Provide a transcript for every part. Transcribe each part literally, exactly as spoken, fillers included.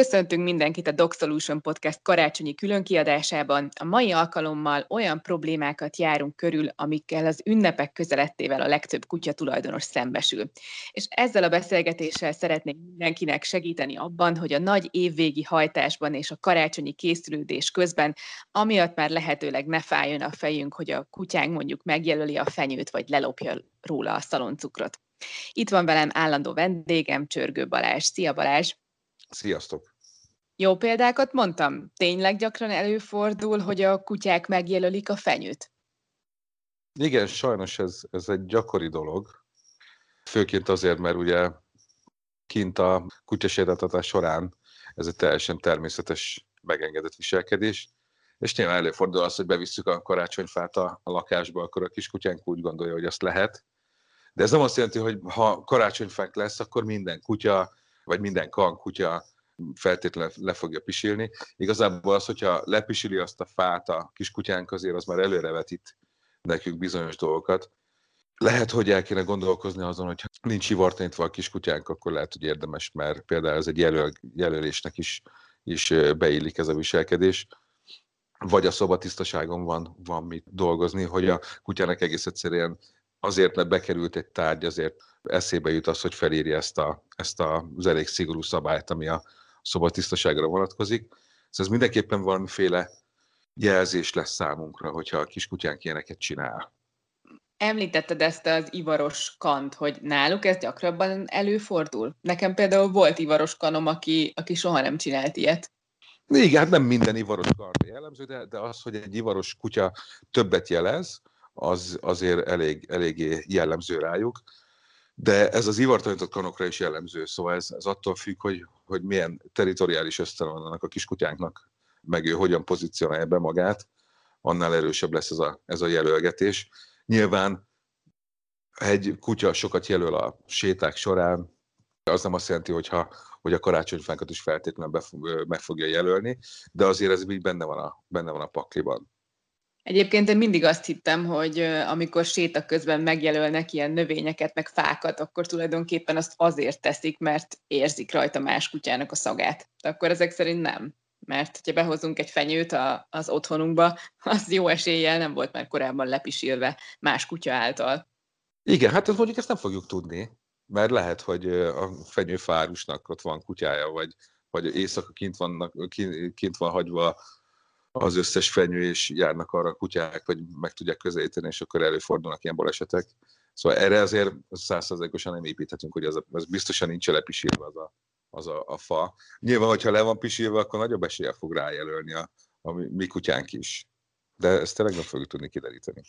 Köszöntünk mindenkit a Dog Solution Podcast karácsonyi különkiadásában. A mai alkalommal olyan problémákat járunk körül, amikkel az ünnepek közelettével a legtöbb kutyatulajdonos szembesül. És ezzel a beszélgetéssel szeretnék mindenkinek segíteni abban, hogy a nagy évvégi hajtásban és a karácsonyi készülődés közben, amiatt már lehetőleg ne fájjon a fejünk, hogy a kutyánk mondjuk megjelöli a fenyőt, vagy lelopja róla a szaloncukrot. Itt van velem állandó vendégem, Csörgő Balázs. Szia Balázs! Sziasztok! Jó példákat mondtam? Tényleg gyakran előfordul, hogy a kutyák megjelölik a fenyőt? Igen, sajnos ez, ez egy gyakori dolog. Főként azért, mert ugye kint a kutyasétáltatás során ez egy teljesen természetes, megengedett viselkedés, és nyilván előfordul az, hogy bevisszük a karácsonyfát a, a lakásba, akkor a kiskutyánk úgy gondolja, hogy azt lehet. De ez nem azt jelenti, hogy ha karácsonyfánk lesz, akkor minden kutya, vagy minden kankutya feltétlenül le fogja pisilni. Igazából az, hogyha lepisili azt a fát a kiskutyánk, azért az már előrevetít nekünk bizonyos dolgokat. Lehet, hogy el kéne gondolkozni azon, hogy nincs hivartanítva a kiskutyánk, akkor lehet, hogy érdemes, mert például ez egy jelöl, jelölésnek is, is beillik ez a viselkedés. Vagy a szobatisztaságon van, van mit dolgozni, hogy a kutyának egész egyszerűen azért, mert bekerült egy tárgy, azért eszébe jut az, hogy felírja ezt, a, ezt az elég szigorú szabályt, ami a szobatisztaságra vonatkozik. Szóval ez mindenképpen valamiféle jelzés lesz számunkra, hogyha a kiskutyánk ilyeneket csinál. Említetted ezt az ivaros kant, hogy náluk ez gyakrabban előfordul? Nekem például volt ivaros kanom, aki, aki soha nem csinált ilyet. Igen, hát nem minden ivaros karra jellemző, de, de az, hogy egy ivaros kutya többet jelez, az azért elég, eléggé jellemző rájuk. De ez az ivartalanított kanokra is jellemző, szóval ez, ez attól függ, hogy, hogy milyen territoriális ösztön van annak a kiskutyánknak, meg ő hogyan pozícionálja be magát, annál erősebb lesz ez a, ez a jelölgetés. Nyilván egy kutya sokat jelöl a séták során, az nem azt jelenti, hogyha, hogy a karácsonyfánkat is feltétlenül befog, meg fogja jelölni, de azért ez így benne van a, benne van a pakliban. Egyébként én mindig azt hittem, hogy amikor séta közben megjelölnek ilyen növényeket, meg fákat, akkor tulajdonképpen azt azért teszik, mert érzik rajta más kutyának a szagát. De akkor ezek szerint nem. Mert ha behozunk egy fenyőt a, az otthonunkba, az jó eséllyel nem volt már korábban lepisilve más kutya által. Igen, hát mondjuk ezt nem fogjuk tudni, mert lehet, hogy a fenyőfárusnak ott van kutyája, vagy, vagy éjszaka kint, vannak, kint, kint van hagyva az összes fenyő, és járnak arra a kutyák, vagy meg tudják közelíteni, és akkor előfordulnak ilyen balesetek. Szóval erre azért százszerzalékosan nem építhetünk, hogy ez, a, ez biztosan nincs lepisilve az, a, az a, a fa. Nyilván, hogyha le van pisilve, akkor nagyobb eséllyel fog rájelölni a, a mi kutyánk is. De ezt tényleg nem fogjuk tudni kideríteni.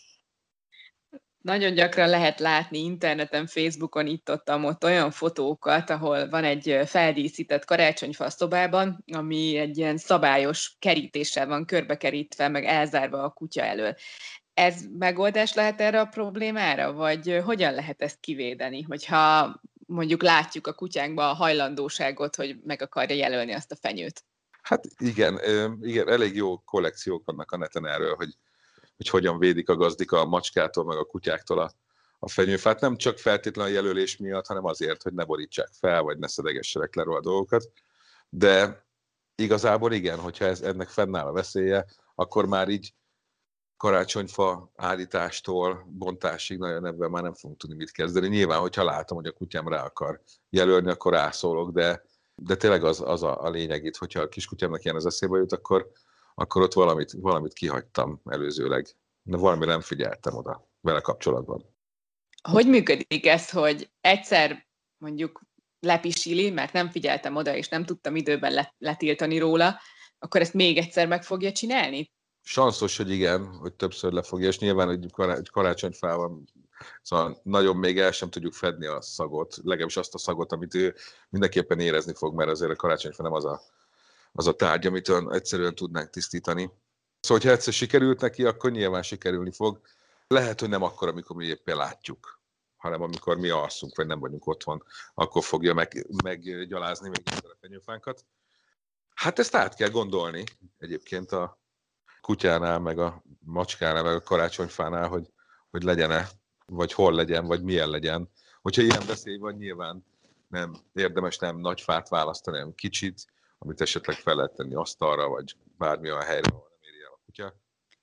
Nagyon gyakran lehet látni interneten, Facebookon, itt-ott-ott olyan fotókat, ahol van egy feldíszített karácsonyfa a szobában, ami egy ilyen szabályos kerítéssel van körbekerítve, meg elzárva a kutya elől. Ez megoldás lehet erre a problémára, vagy hogyan lehet ezt kivédeni, hogyha mondjuk látjuk a kutyánkba a hajlandóságot, hogy meg akarja jelölni azt a fenyőt? Hát igen, igen, elég jó kollekciók vannak a neten erről, hogy hogy hogyan védik a gazdik a macskától, meg a kutyáktól a, a fenyőfát. Nem csak feltétlenül a jelölés miatt, hanem azért, hogy ne borítsák fel, vagy ne szedegessenek le róla a dolgokat. De igazából igen, hogyha ez, ennek fennáll a veszélye, akkor már így karácsonyfa állítástól bontásig nagyon ebben már nem fogunk tudni mit kezdeni. Nyilván, hogyha látom, hogy a kutyám rá akar jelölni, akkor rászólok, de, de tényleg az, az a, a lényeg itt, hogyha a kiskutyámnak ilyen az eszébe jut, akkor akkor ott valamit, valamit kihagytam előzőleg. De valamire nem figyeltem oda vele kapcsolatban. Hogy működik ez, hogy egyszer mondjuk lepisili, mert nem figyeltem oda, és nem tudtam időben letiltani róla, akkor ezt még egyszer meg fogja csinálni? Sanszos, hogy igen, hogy többször le fogja, és nyilván egy karácsonyfával van, szóval nagyon még el sem tudjuk fedni a szagot, legalábbis azt a szagot, amit ő mindenképpen érezni fog, mert azért a karácsonyfa nem az a az a tárgy, amit olyan egyszerűen tudnánk tisztítani. Szóval, ha egyszer sikerült neki, akkor nyilván sikerülni fog. Lehet, hogy nem akkor, amikor mi éppen látjuk, hanem amikor mi alszunk, vagy nem vagyunk otthon, akkor fogja meg, meggyalázni még egyszer a fenyőfánkat. Hát ezt át kell gondolni egyébként a kutyánál, meg a macskánál, meg a karácsonyfánál, hogy, hogy legyen-e, vagy hol legyen, vagy milyen legyen. Hogyha ilyen veszély van, nyilván nem érdemes nem nagy fát választani, hanem kicsit. amit esetleg fel lehet tenni asztalra, vagy bármilyen helyre, ahol nem éri el a kutya,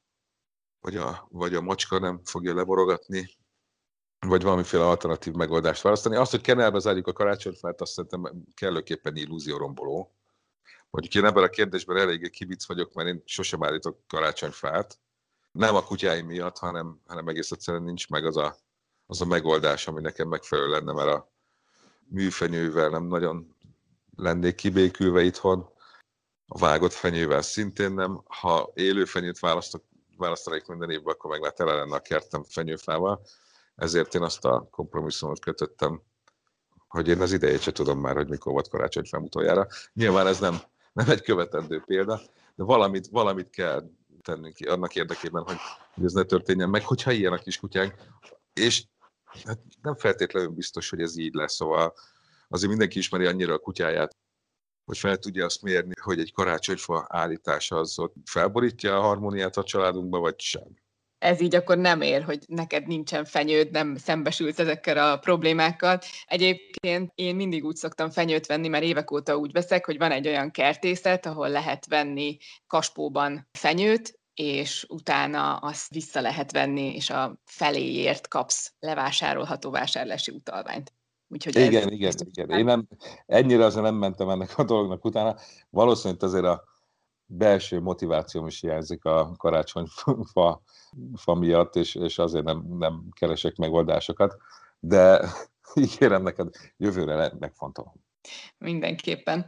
vagy a, vagy a macska nem fogja leborogatni, vagy valamiféle alternatív megoldást választani. Azt, hogy kennelbe zárjuk a karácsonyfát, azt szerintem kellőképpen illúzióromboló. Mondjuk én ebben a kérdésben eléggé kibic vagyok, mert én sosem állítok karácsonyfát. Nem a kutyáim miatt, hanem, hanem egész egyszerűen nincs meg az a, az a megoldás, ami nekem megfelelő lenne, mert a műfenyővel nem nagyon lennék kibékülve itthon, a vágott fenyővel szintén nem. Ha élő fenyőt választok, választanék minden évben, akkor meg már tele lenne a kertem fenyőfával. Ezért én azt a kompromisszumot kötöttem, hogy én az idejét sem tudom már, hogy mikor volt karácsonyfám utoljára. Nyilván ez nem, nem egy követendő példa, de valamit, valamit kell tennünk ki annak érdekében, hogy, hogy ez ne történjen meg, hogyha ilyen a kiskutyánk. És hát nem feltétlenül biztos, hogy ez így lesz, szóval azért mindenki ismeri annyira a kutyáját, hogy fel tudja azt mérni, hogy egy karácsonyfa állítása az ott felborítja a harmóniát a családunkba, vagy sem. Ez így akkor nem ér, hogy neked nincsen fenyőd, nem szembesülsz ezekkel a problémákkal. Egyébként én mindig úgy szoktam fenyőt venni, mert évek óta úgy veszek, hogy van egy olyan kertészet, ahol lehet venni kaspóban fenyőt, és utána azt vissza lehet venni, és a feléért kapsz levásárolható vásárlási utalványt. Úgyhogy igen, ez igen, igen. Én nem, ennyire azért nem mentem ennek a dolognak utána. Valószínűleg azért a belső motivációm is hiányzik a karácsonyfa fa miatt, és, és azért nem, nem keresek megoldásokat, de ígérem neked, jövőre megfontolom. Mindenképpen.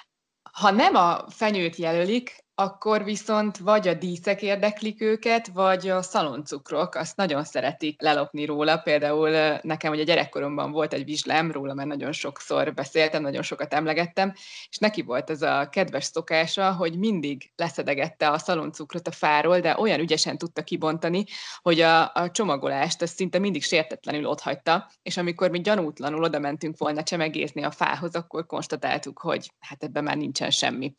Ha nem a fenyőt jelölik, akkor viszont vagy a díszek érdeklik őket, vagy a szaloncukrok, azt nagyon szeretik lelopni róla. Például nekem ugye gyerekkoromban volt egy vizslám róla, mert nagyon sokszor beszéltem, nagyon sokat emlegettem, és neki volt ez a kedves szokása, hogy mindig leszedegette a szaloncukrot a fáról, de olyan ügyesen tudta kibontani, hogy a, a csomagolást azt szinte mindig sértetlenül otthagyta, és amikor mi gyanútlanul oda mentünk volna csemegézni a fához, akkor konstatáltuk, hogy hát ebben már nincsen semmi.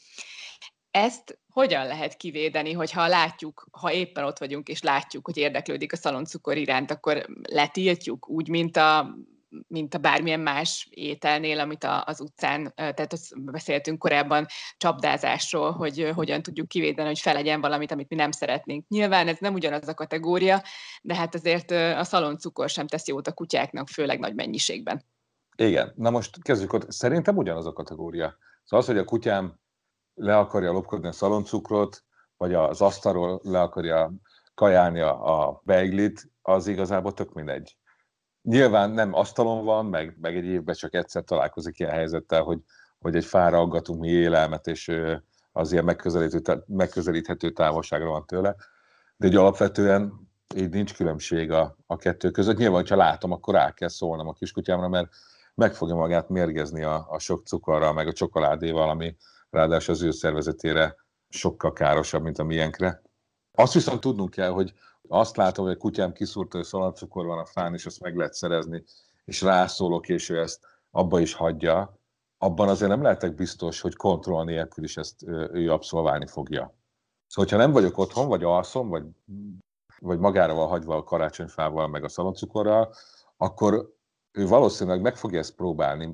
Ezt hogyan lehet kivédeni, hogyha látjuk, ha éppen ott vagyunk, és látjuk, hogy érdeklődik a szaloncukor iránt, akkor letiltjuk úgy, mint a, mint a bármilyen más ételnél, amit a, az utcán, tehát azt beszéltünk korábban csapdázásról, hogy hogyan tudjuk kivédeni, hogy felegyen valamit, amit mi nem szeretnénk. Nyilván ez nem ugyanaz a kategória, de hát azért a szaloncukor sem tesz jót a kutyáknak, főleg nagy mennyiségben. Igen, na most kezdjük ott. Szerintem ugyanaz a kategória. Szóval az, hogy a kutyám le akarja lopkodni a szaloncukrot, vagy az asztalról le akarja kajálni a beiglit, az igazából tök mindegy. Nyilván nem asztalon van, meg, meg egy évben csak egyszer találkozik ilyen helyzettel, hogy, hogy egy fára aggatunk mi élelmet, és az ilyen megközelíthető, megközelíthető távolságra van tőle. De egy alapvetően így nincs különbség a, a kettő között. Nyilván, ha látom, akkor rá kell szólnom a kiskutyámra, mert meg fogja magát mérgezni a, a sok cukorral, meg a csokoládéval, ami ráadásul az ő szervezetére sokkal károsabb, mint a miénkre. Azt viszont tudnunk kell, hogy azt látom, hogy a kutyám kiszúrta, hogy szalonacukor van a fán, és azt meg lehet szerezni, és rászólok, és ő ezt abba is hagyja, abban azért nem lehetek biztos, hogy kontroll nélkül is ezt ő abszolválni fogja. Szóval, hogyha nem vagyok otthon, vagy alszom, vagy, vagy magára van hagyva a karácsonyfával, meg a szaloncukorral, akkor ő valószínűleg meg fogja ezt próbálni,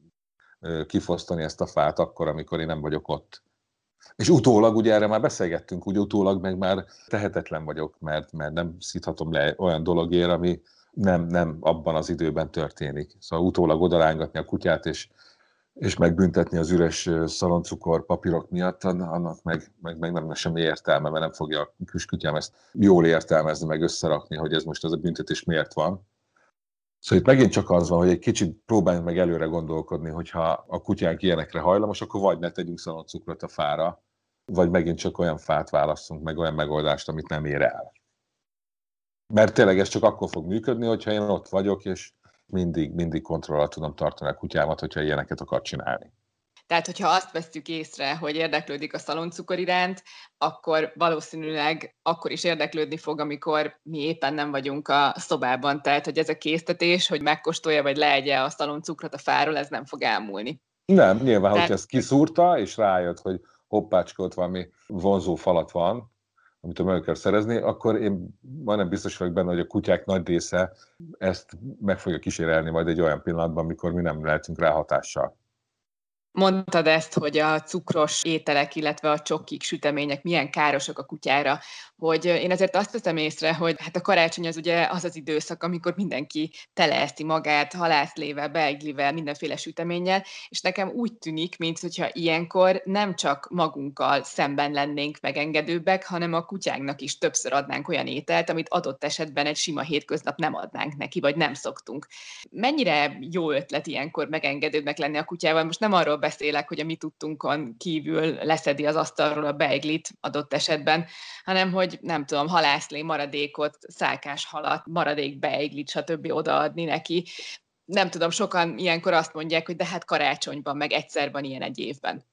kifosztani ezt a fát akkor, amikor én nem vagyok ott. És utólag, ugye erre már beszélgettünk, úgy utólag meg már tehetetlen vagyok, mert, mert nem szíthatom le olyan dologért, ami nem, nem abban az időben történik. Szóval utólag odalángatni a kutyát, és, és megbüntetni az üres szaloncukor papírok miatt, annak meg, meg, meg nem semmi értelme, mert nem fogja a kiskutyám ezt jól értelmezni, meg összerakni, hogy ez most az a büntetés miért van. Szóval itt megint csak az van, hogy egy kicsit próbáljunk meg előre gondolkodni, hogyha a kutyánk ilyenekre hajlamos, akkor vagy ne tegyünk szaloncukrot a fára, vagy megint csak olyan fát válasszunk, meg olyan megoldást, amit nem ér el. Mert tényleg ez csak akkor fog működni, hogyha én ott vagyok, és mindig, mindig kontroll alatt tudom tartani a kutyámat, hogyha ilyeneket akar csinálni. Tehát, hogyha azt vesszük észre, hogy érdeklődik a szaloncukor iránt, akkor valószínűleg akkor is érdeklődni fog, amikor mi éppen nem vagyunk a szobában. Tehát, hogy ez a késztetés, hogy megkóstolja vagy leegye a szaloncukrot a fáról, ez nem fog elmúlni. Nem, nyilván, Tehát... hogyha ezt kiszúrta, és rájött, hogy hoppácska, ott valami vonzó falat van, amit ő meg kell szerezni, akkor én majdnem biztos vagyok benne, hogy a kutyák nagy része ezt meg fogja kísérelni majd egy olyan pillanatban, amikor mi nem lehetünk rá hatással. Mondtad ezt, hogy a cukros ételek, illetve a csokik, sütemények milyen károsak a kutyára, hogy én azért azt veszem észre, hogy hát a karácsony az ugye az az időszak, amikor mindenki teleeszi magát halászlével, beiglivel, mindenféle süteménnyel, és nekem úgy tűnik, mintha ilyenkor nem csak magunkkal szemben lennénk megengedőbbek, hanem a kutyánknak is többször adnánk olyan ételt, amit adott esetben egy sima hétköznap nem adnánk neki, vagy nem szoktunk. Mennyire jó ötlet ilyenkor megengedőbbnek lenni a kutyával? Most nem arról beszélek, hogy a mi tudtunkon kívül leszedi az asztalról a beiglit adott esetben, hanem hogy nem tudom, halászlé maradékot, szálkás halat, maradék beiglit, stb. Odaadni neki. Nem tudom, sokan ilyenkor azt mondják, hogy de hát karácsonyban, meg egyszer van ilyen egy évben.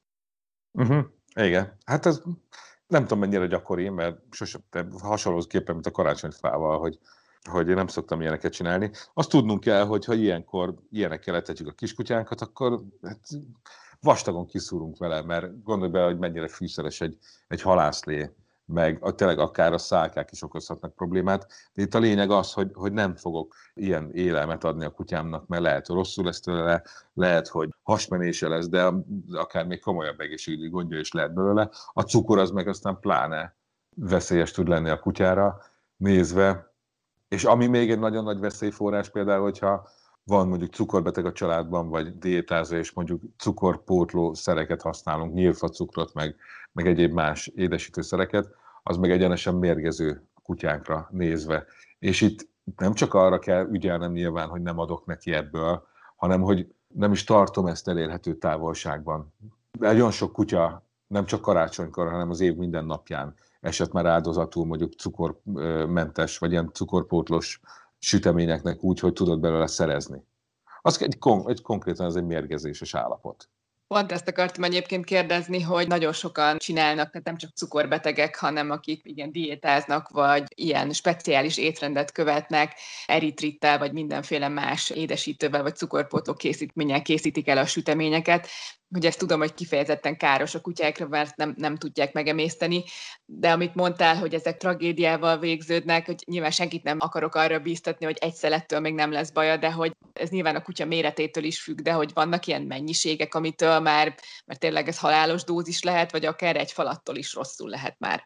Uh-huh. Igen, hát ez nem tudom mennyire gyakori, mert sosem hasonlóképpen, mint a karácsonyfával, hogy hogy én nem szoktam ilyeneket csinálni. Azt tudnunk kell, hogy ha ilyenkor ilyenekkel etetjük a kiskutyánkat, akkor hát vastagon kiszúrunk vele, mert gondolj bele, hogy mennyire fűszeres egy, egy halászlé, meg tényleg akár a szálkák is okozhatnak problémát. De itt a lényeg az, hogy, hogy nem fogok ilyen élelmet adni a kutyámnak, mert lehet, hogy rosszul lesz tőle, lehet, hogy hasmenése lesz, de akár még komolyabb egészségügyi gondja is lehet belőle. A cukor az meg aztán pláne veszélyes tud lenni a kutyára nézve. És ami még egy nagyon nagy veszélyforrás például, hogyha van mondjuk cukorbeteg a családban, vagy diétázó, és mondjuk cukorpótló szereket használunk, nyílfacukrot, meg, meg egyéb más édesítőszereket, az meg egyenesen mérgező a kutyánkra nézve. És itt nem csak arra kell ügyelnem nyilván, hogy nem adok neki ebből, hanem hogy nem is tartom ezt elérhető távolságban. Nagyon sok kutya, nem csak karácsonykor, hanem az év minden napján esett már áldozatul mondjuk cukormentes, vagy ilyen cukorpótlós süteményeknek úgy, hogy tudod belőle szerezni. Az egy, kon- egy konkrétan ez egy mérgezéses állapot. Pont ezt akartam egyébként kérdezni, hogy nagyon sokan csinálnak, tehát nem csak cukorbetegek, hanem akik igen diétáznak, vagy ilyen speciális étrendet követnek, eritrittel, vagy mindenféle más édesítővel, vagy cukorpótló készítménnyel készítik el a süteményeket, hogy ezt tudom, hogy kifejezetten káros a kutyákra, mert nem, nem tudják megemészteni, de amit mondtál, hogy ezek tragédiával végződnek, hogy nyilván senkit nem akarok arra bíztatni, hogy egy szelettől még nem lesz baja, de hogy ez nyilván a kutya méretétől is függ, de hogy vannak ilyen mennyiségek, amitől már, mert tényleg ez halálos dózis lehet, vagy akár egy falattól is rosszul lehet már.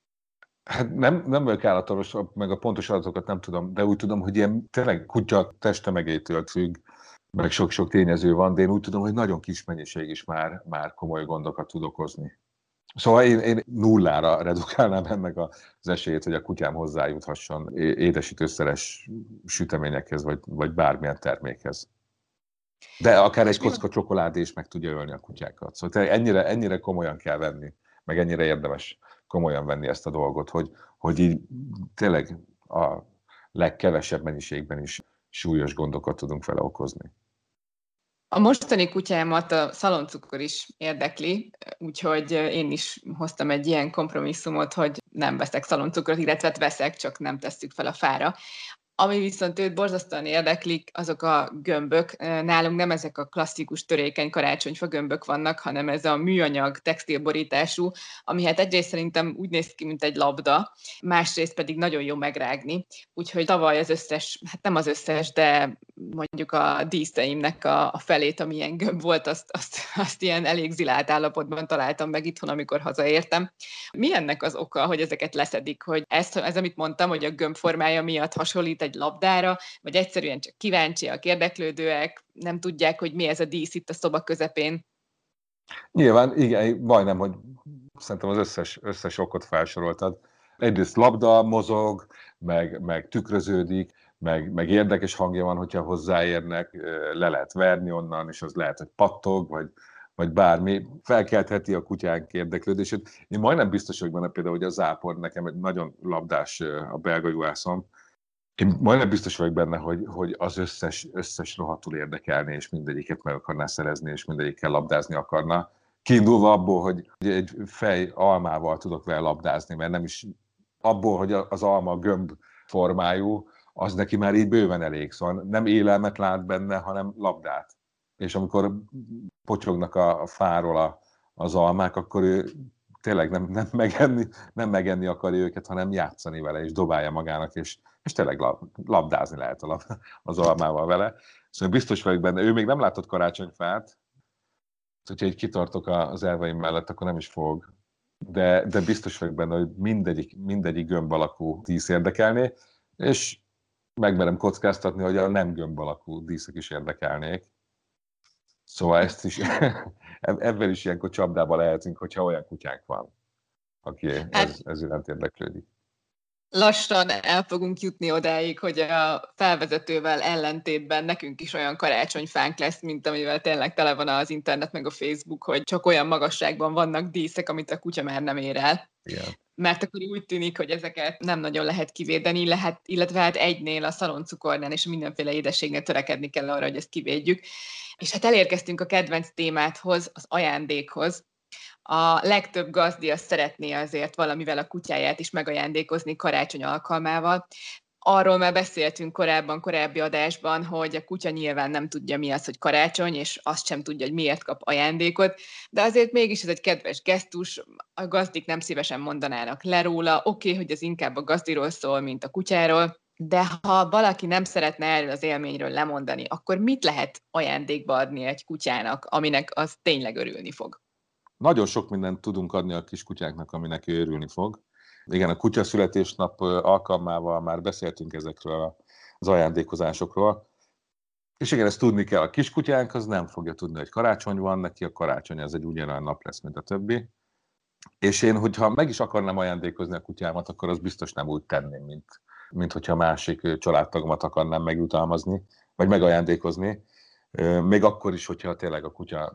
Hát nem, nem vagyok állatorvos, meg a pontos adatokat nem tudom, de úgy tudom, hogy ilyen tényleg kutya testtömegétől függ, meg sok-sok tényező van, de én úgy tudom, hogy nagyon kis mennyiség is már, már komoly gondokat tud okozni. Szóval én, én nullára redukálnám ennek az esélyét, hogy a kutyám hozzájuthasson édesítőszeres süteményekhez, vagy, vagy bármilyen termékhez. De akár egy kocka csokoládé is meg tudja ölni a kutyákat. Szóval ennyire, ennyire komolyan kell venni, meg ennyire érdemes komolyan venni ezt a dolgot, hogy, hogy így tényleg a legkevesebb mennyiségben is súlyos gondokat tudunk vele okozni. A mostani kutyámat a szaloncukor is érdekli, úgyhogy én is hoztam egy ilyen kompromisszumot, hogy nem veszek szaloncukrot, illetve veszek, csak nem tesszük fel a fára. Ami viszont őt borzasztóan érdeklik, azok a gömbök. Nálunk nem ezek a klasszikus törékeny karácsonyfa gömbök vannak, hanem ez a műanyag textilborítású, ami hát egyrészt szerintem úgy néz ki, mint egy labda, másrészt pedig nagyon jó megrágni. Úgyhogy tavaly az összes, hát nem az összes, de mondjuk a díszeimnek a, a felét, ami ilyen gömb volt, azt, azt, azt ilyen elég zilált állapotban találtam meg itthon, amikor hazaértem. Mi ennek az oka, hogy ezeket leszedik? Hogy ez, ez amit mondtam, hogy a gömb formája miatt hasonlít egy labdára, vagy egyszerűen csak kíváncsiak, érdeklődőek, nem tudják, hogy mi ez a dísz itt a szoba közepén? Nyilván, igen, majdnem, hogy szerintem az összes, összes okot felsoroltad. Egyrészt labda, mozog, meg, meg tükröződik, meg, meg érdekes hangja van, hogyha hozzáérnek, le lehet verni onnan, és az lehet, hogy pattog, vagy, vagy bármi. Felkeltheti a kutyánk érdeklődését. Én majdnem biztos vagyok benne például, hogy a zápor nekem egy nagyon labdás a belga juhászom. Én majdnem biztos vagyok benne, hogy, hogy az összes, összes rohadtul érdekelni, és mindegyiket meg akarná szerezni, és mindegyikkel labdázni akarna. Kiindulva abból, hogy egy fej almával tudok vele labdázni, mert nem is abból, hogy az alma gömb formájú, az neki már így bőven elég. Szóval nem élelmet lát benne, hanem labdát. És amikor potyognak a, a fáról a, az almák, akkor ő tényleg nem, nem, megenni, nem megenni akarja őket, hanem játszani vele, és dobálja magának, és, és tényleg lab, labdázni lehet a lab, az almával vele. Szóval biztos vagyok benne, ő még nem látott karácsonyfát, hogyha így kitartok az elveim mellett, akkor nem is fog. De, de biztos vagyok benne, hogy mindegyik, mindegyik gömb alakú dísz érdekelné, és megmerem kockáztatni, hogy a nem gömb alakú díszek is érdekelnék. Szóval ezt is, ebben is ilyenkor csapdába lehetünk, hogyha olyan kutyánk van, aki ez, hát, ez iránt érdeklődik. Lassan el fogunk jutni odáig, hogy a felvezetővel ellentétben nekünk is olyan karácsonyfánk lesz, mint amivel tényleg tele van az internet meg a Facebook, hogy csak olyan magasságban vannak díszek, amit a kutya már nem ér el. Igen. Mert akkor úgy tűnik, hogy ezeket nem nagyon lehet kivédeni, lehet, illetve hát egynél, a szaloncukornál és mindenféle édességnél törekedni kell arra, hogy ezt kivédjük. És hát elérkeztünk a kedvenc témáthoz, az ajándékhoz. A legtöbb gazdi azt szeretné azért valamivel a kutyáját is megajándékozni karácsony alkalmával. Arról már beszéltünk korábban, korábbi adásban, hogy a kutya nyilván nem tudja, mi az, hogy karácsony, és azt sem tudja, hogy miért kap ajándékot, de azért mégis ez egy kedves gesztus, a gazdik nem szívesen mondanának le róla, oké, okay, hogy ez inkább a gazdiról szól, mint a kutyáról, de ha valaki nem szeretne erről az élményről lemondani, akkor mit lehet ajándékba adni egy kutyának, aminek az tényleg örülni fog? Nagyon sok mindent tudunk adni a kiskutyáknak, aminek ő örülni fog. Igen, a kutya születésnap alkalmával már beszéltünk ezekről az ajándékozásokról. És igen, ezt tudni kell. A kiskutyánk az nem fogja tudni, hogy karácsony van, neki a karácsony ez egy ugyanolyan nap lesz, mint a többi. És én, hogyha meg is akarnám ajándékozni a kutyámat, akkor az biztos nem úgy tenném, mint, mint hogyha másik családtagomat akarnám megjutalmazni, vagy megajándékozni. Még akkor is, hogyha tényleg a kutya,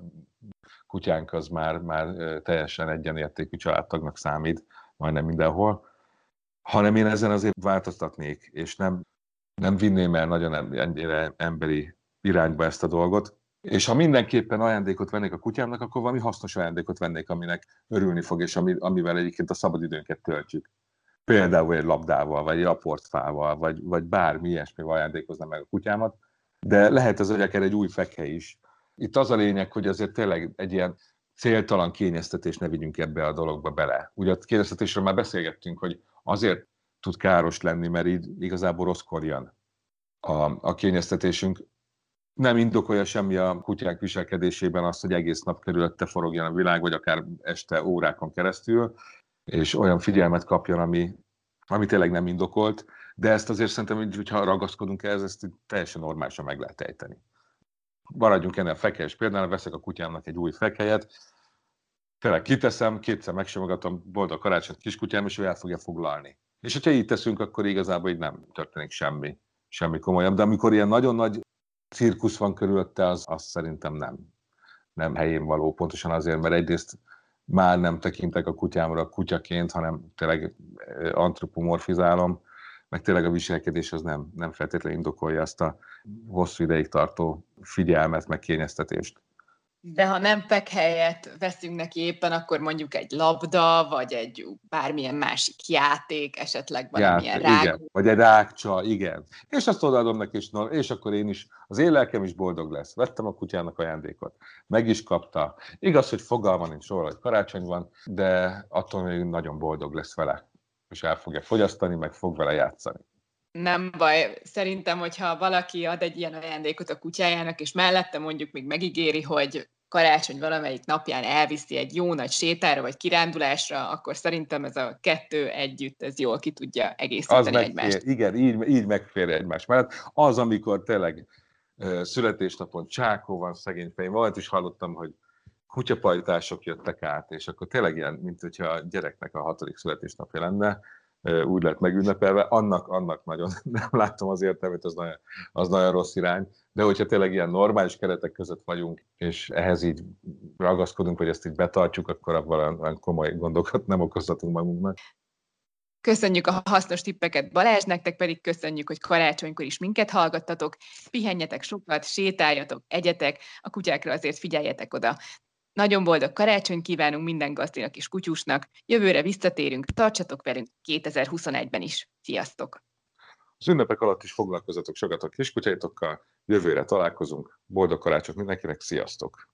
kutyánk az már, már teljesen egyenértékű családtagnak számít, majdnem mindenhol, hanem én ezen azért változtatnék, és nem, nem vinném el nagyon ennyire emberi irányba ezt a dolgot. És ha mindenképpen ajándékot vennék a kutyámnak, akkor valami hasznos ajándékot vennék, aminek örülni fog, és amivel egyébként a szabadidőnket töltjük. Például egy labdával, vagy egy aportfával, vagy, vagy bármi ilyesmivel ajándékozna meg a kutyámat, de lehet ez akár egy új fekhe is. Itt az a lényeg, hogy azért tényleg egy ilyen céltalan kényeztetést ne vigyünk ebbe a dologba bele. Ugye a kényeztetésről már beszélgettünk, hogy azért tud káros lenni, mert így igazából rosszkor jön a, a kényeztetésünk. Nem indokolja semmi a kutyák viselkedésében azt, hogy egész nap körülötte forogjon a világ, vagy akár este órákon keresztül, és olyan figyelmet kapjon, ami, ami tényleg nem indokolt, de ezt azért szerintem, hogyha ragaszkodunk ehhez, ezt teljesen normálisan meg lehet ejteni. Maradjunk ennél a fekelyes példánál, veszek a kutyámnak egy új fekelyet, tényleg kiteszem, kétszer megsimogatom, boldog karácsonyt kiskutyám, és ő el fogja foglalni. És hogyha így teszünk, akkor igazából így nem történik semmi, semmi komolyabb. De amikor ilyen nagyon nagy cirkusz van körülötte, az, az szerintem nem, nem helyén való. Pontosan azért, mert egyrészt már nem tekintek a kutyámra kutyaként, hanem tényleg antropomorfizálom, meg tényleg a viselkedés az nem, nem feltétlenül indokolja ezt a hosszú ideig tartó figyelmet, meg kényeztetést. De ha nem fekhelyet veszünk neki éppen, akkor mondjuk egy labda, vagy egy bármilyen másik játék, esetleg valamilyen Játék, rák. Igen. Vagy egy rákcsa, igen. És azt odaadom neki, és, és akkor én is, az én lelkem is boldog lesz. Vettem a kutyának ajándékot. Meg is kapta. Igaz, hogy fogalma nincs róla, hogy karácsony van, de attól még nagyon boldog lesz vele. És el fogja fogyasztani, meg fog vele játszani. Nem baj. Szerintem, hogyha valaki ad egy ilyen ajándékot a kutyájának, és mellette mondjuk még megígéri, hogy karácsony valamelyik napján elviszi egy jó nagy sétára, vagy kirándulásra, akkor szerintem ez a kettő együtt, ez jól ki tudja egészíteni az egymást. Megfér, igen, így, így megfér egymás mellett. Az, amikor tényleg uh, születésnapon csákó van szegény fején, valamit is hallottam, hogy kutyapajtások jöttek át, és akkor tényleg ilyen, mint hogyha a gyereknek a hatodik születésnapja lenne, úgy lett megünnepelve, annak, annak nagyon nem látom az értelmét, az nagyon, az nagyon rossz irány, de hogyha tényleg ilyen normális keretek között vagyunk, és ehhez így ragaszkodunk, hogy ezt így betartjuk, akkor abban olyan komoly gondokat nem okozhatunk magunknak. Köszönjük a hasznos tippeket Balázs, nektek pedig köszönjük, hogy karácsonykor is minket hallgattatok, pihenjetek sokat, sétáljatok, egyetek, a kutyákra azért figyeljetek oda. Nagyon boldog karácsony kívánunk minden gazdinak és kutyusnak. Jövőre visszatérünk, tartsatok velünk kétezer-huszonegyben is. Sziasztok! Az ünnepek alatt is foglalkozzatok sokat a kiskutyáitokkal, jövőre találkozunk. Boldog karácsonyt mindenkinek, sziasztok!